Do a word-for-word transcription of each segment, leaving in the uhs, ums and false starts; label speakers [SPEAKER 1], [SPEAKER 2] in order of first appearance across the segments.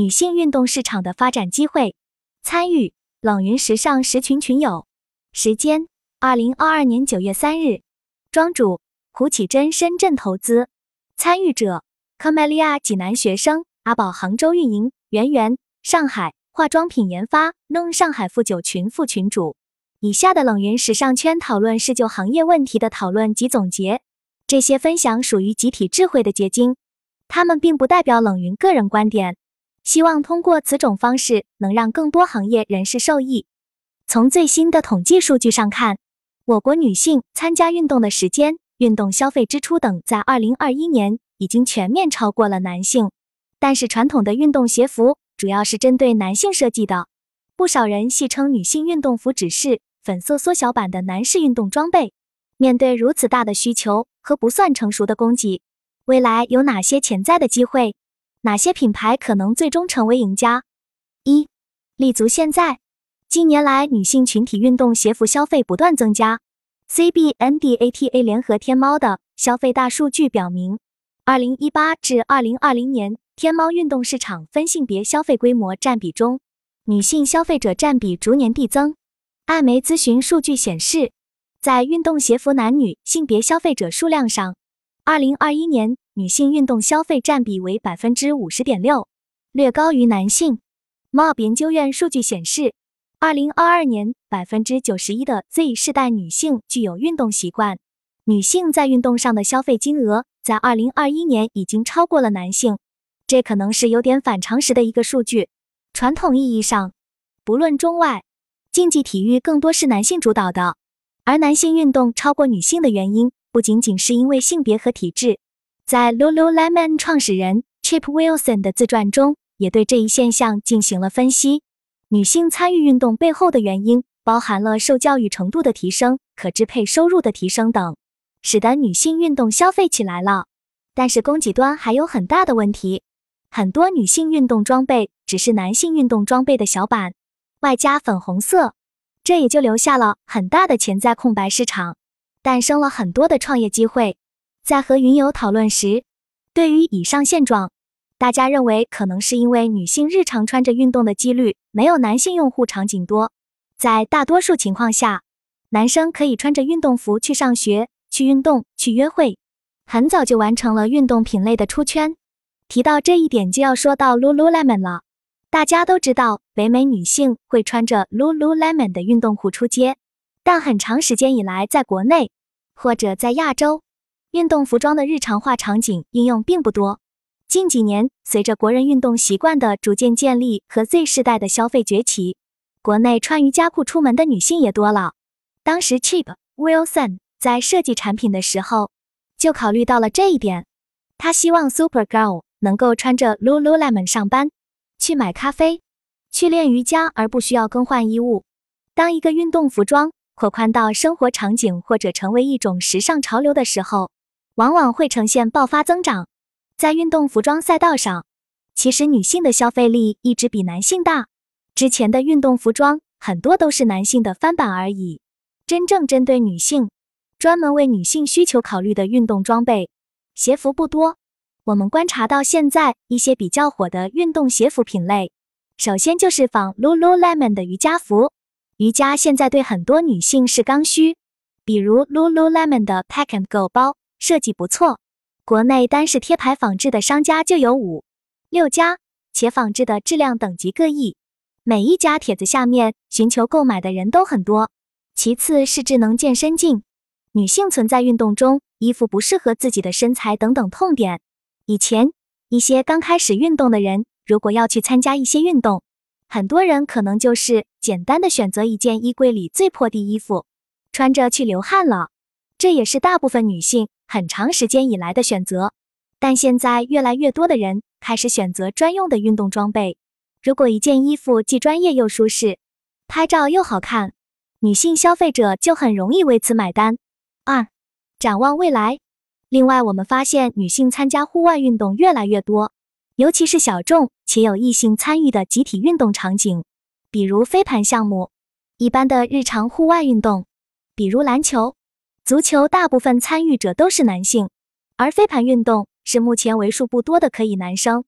[SPEAKER 1] 女性运动市场的发展机会。参与冷云时尚十群群友。时间二零二二年九月三日。庄主胡启珍深圳投资。参与者 Camellia 济南学生，阿宝杭州运营，圆圆上海化妆品研发 Known 上海富九群副群主。以下的冷云时尚圈讨论是就行业问题的讨论及总结，这些分享属于集体智慧的结晶，它们并不代表冷云个人观点，希望通过此种方式能让更多行业人士受益。从最新的统计数据上看，我国女性参加运动的时间、运动消费支出等在二零二一年已经全面超过了男性。但是传统的运动鞋服主要是针对男性设计的，不少人戏称女性运动服只是粉色缩小版的男士运动装备。面对如此大的需求和不算成熟的供给，未来有哪些潜在的机会？哪些品牌可能最终成为赢家？一、立足现在。近年来，女性群体运动鞋服消费不断增加。C B N Data 联合天猫的消费大数据表明，二零一八至二零二零年，天猫运动市场分性别消费规模占比中，女性消费者占比逐年递增。艾媒咨询数据显示，在运动鞋服男女性别消费者数量上，二零二一年女性运动消费占比为 百分之五十点六， 略高于男性。M O B 研究院数据显示，二零二二年 百分之九十一 的 Z 世代女性具有运动习惯，女性在运动上的消费金额在二零二一年已经超过了男性，这可能是有点反常识的一个数据。传统意义上，不论中外，竞技体育更多是男性主导的，而男性运动超过女性的原因不仅仅是因为性别和体质。在 Lululemon 创始人 Chip Wilson 的自传中，也对这一现象进行了分析。女性参与运动背后的原因包含了受教育程度的提升、可支配收入的提升等，使得女性运动消费起来了。但是供给端还有很大的问题，很多女性运动装备只是男性运动装备的小版，外加粉红色，这也就留下了很大的潜在空白市场，诞生了很多的创业机会。在和云友讨论时，对于以上现状，大家认为可能是因为女性日常穿着运动的几率没有男性用户场景多。在大多数情况下，男生可以穿着运动服去上学、去运动、去约会，很早就完成了运动品类的出圈。提到这一点就要说到 Lululemon 了。大家都知道北美女性会穿着 Lululemon 的运动裤出街，但很长时间以来在国内或者在亚洲，运动服装的日常化场景应用并不多。近几年，随着国人运动习惯的逐渐建立和 Z 世代的消费崛起，国内穿瑜伽裤出门的女性也多了。当时 Chip Wilson 在设计产品的时候，就考虑到了这一点。他希望 Supergirl 能够穿着 Lululemon 上班，去买咖啡，去练瑜伽而不需要更换衣物。当一个运动服装扩宽到生活场景或者成为一种时尚潮流的时候，往往会呈现爆发增长。在运动服装赛道上，其实女性的消费力一直比男性大。之前的运动服装很多都是男性的翻版而已，真正针对女性，专门为女性需求考虑的运动装备、鞋服不多。我们观察到现在一些比较火的运动鞋服品类，首先就是仿 Lululemon 的瑜伽服。瑜伽现在对很多女性是刚需，比如 Lululemon 的 Pack and Go 包设计不错，国内单是贴牌仿制的商家就有五、六家，且仿制的质量等级各异，每一家帖子下面寻求购买的人都很多。其次是智能健身镜，女性存在运动中衣服不适合自己的身材等等痛点。以前一些刚开始运动的人，如果要去参加一些运动，很多人可能就是简单的选择一件衣柜里最破的衣服，穿着去流汗了，这也是大部分女性很长时间以来的选择。但现在越来越多的人开始选择专用的运动装备，如果一件衣服既专业又舒适，拍照又好看，女性消费者就很容易为此买单。二、展望未来。另外，我们发现女性参加户外运动越来越多，尤其是小众且有异性参与的集体运动场景，比如飞盘项目。一般的日常户外运动，比如篮球、足球，大部分参与者都是男性，而飞盘运动是目前为数不多的可以男生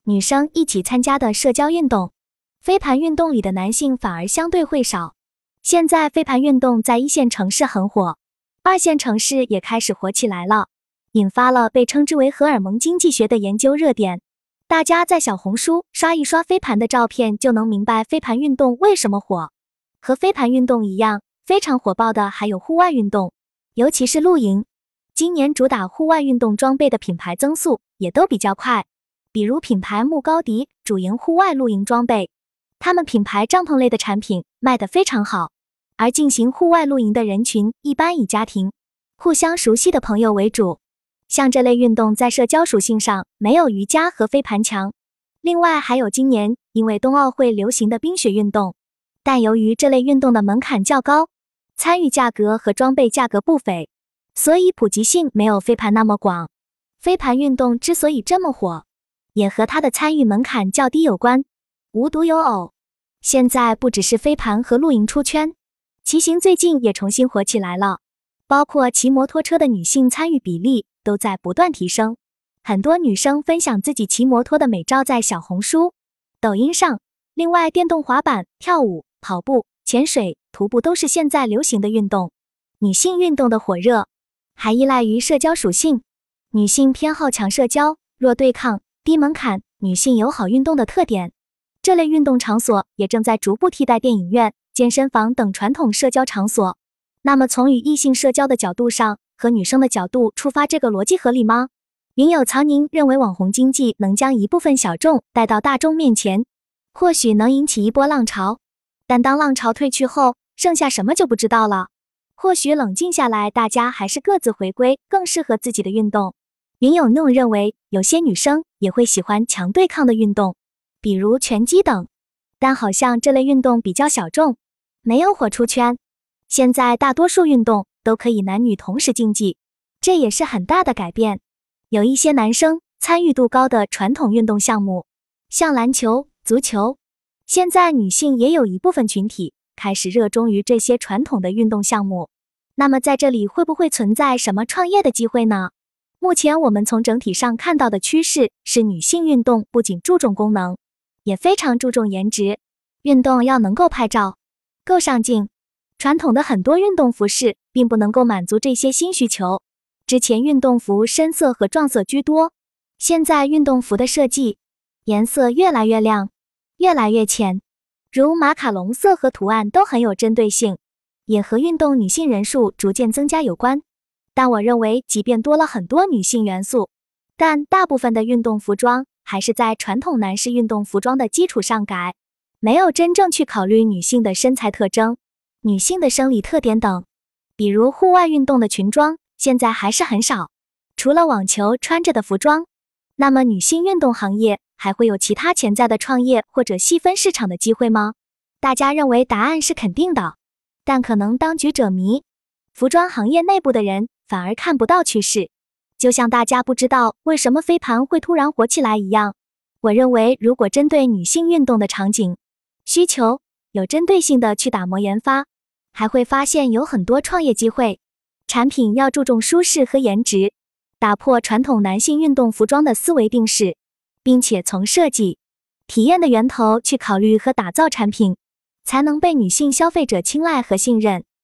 [SPEAKER 1] 女生一起参加的社交运动。飞盘运动里的男性反而相对会少。现在飞盘运动在一线城市很火，二线城市也开始火起来了，引发了被称之为荷尔蒙经济学的研究热点。大家在小红书刷一刷飞盘的照片，就能明白飞盘运动为什么火。和飞盘运动一样，非常火爆的还有户外运动，尤其是露营。今年主打户外运动装备的品牌增速也都比较快，比如品牌牧高迪主营户外露营装备，他们品牌帐篷类的产品卖得非常好。而进行户外露营的人群一般以家庭、互相熟悉的朋友为主。像这类运动在社交属性上没有瑜伽和飞盘强。另外还有今年因为冬奥会流行的冰雪运动，但由于这类运动的门槛较高，参与价格和装备价格不菲，所以普及性没有飞盘那么广。飞盘运动之所以这么火，也和它的参与门槛较低有关。无独有偶，现在不只是飞盘和露营出圈，骑行最近也重新火起来了，包括骑摩托车的女性参与比例都在不断提升。很多女生分享自己骑摩托的美照在小红书、抖音上。另外，电动滑板、跳舞、跑步、潜水、徒步都是现在流行的运动。女性运动的火热还依赖于社交属性，女性偏好强社交、弱对抗、低门槛、女性友好运动的特点。这类运动场所也正在逐步替代电影院、健身房等传统社交场所。那么从与异性社交的角度上，和女生的角度出发，这个逻辑合理吗？云友曹宁认为，网红经济能将一部分小众带到大众面前，或许能引起一波浪潮，但当浪潮退去后，剩下什么就不知道了。或许冷静下来，大家还是各自回归更适合自己的运动。云友 No 认为，有些女生也会喜欢强对抗的运动，比如拳击等，但好像这类运动比较小众，没有火出圈。现在大多数运动都可以男女同时竞技，这也是很大的改变。有一些男生参与度高的传统运动项目，像篮球、足球，现在女性也有一部分群体开始热衷于这些传统的运动项目。那么在这里会不会存在什么创业的机会呢？目前我们从整体上看到的趋势是，女性运动不仅注重功能，也非常注重颜值。运动要能够拍照、够上镜，传统的很多运动服饰并不能够满足这些新需求。之前运动服深色和撞色居多，现在运动服的设计颜色越来越亮，越来越浅，如马卡龙色和图案都很有针对性，也和运动女性人数逐渐增加有关。但我认为，即便多了很多女性元素，但大部分的运动服装还是在传统男士运动服装的基础上改，没有真正去考虑女性的身材特征、女性的生理特点等。比如户外运动的裙装现在还是很少，除了网球穿着的服装，那么女性运动行业还会有其他潜在的创业或者细分市场的机会吗？大家认为答案是肯定的，但可能当局者迷，服装行业内部的人反而看不到趋势。就像大家不知道为什么飞盘会突然火起来一样，我认为如果针对女性运动的场景需求，有针对性的去打磨研发，还会发现有很多创业机会。产品要注重舒适和颜值，打破传统男性运动服装的思维定式，并且从设计、体验的源头去考虑和打造产品，才能被女性消费者青睐和信任。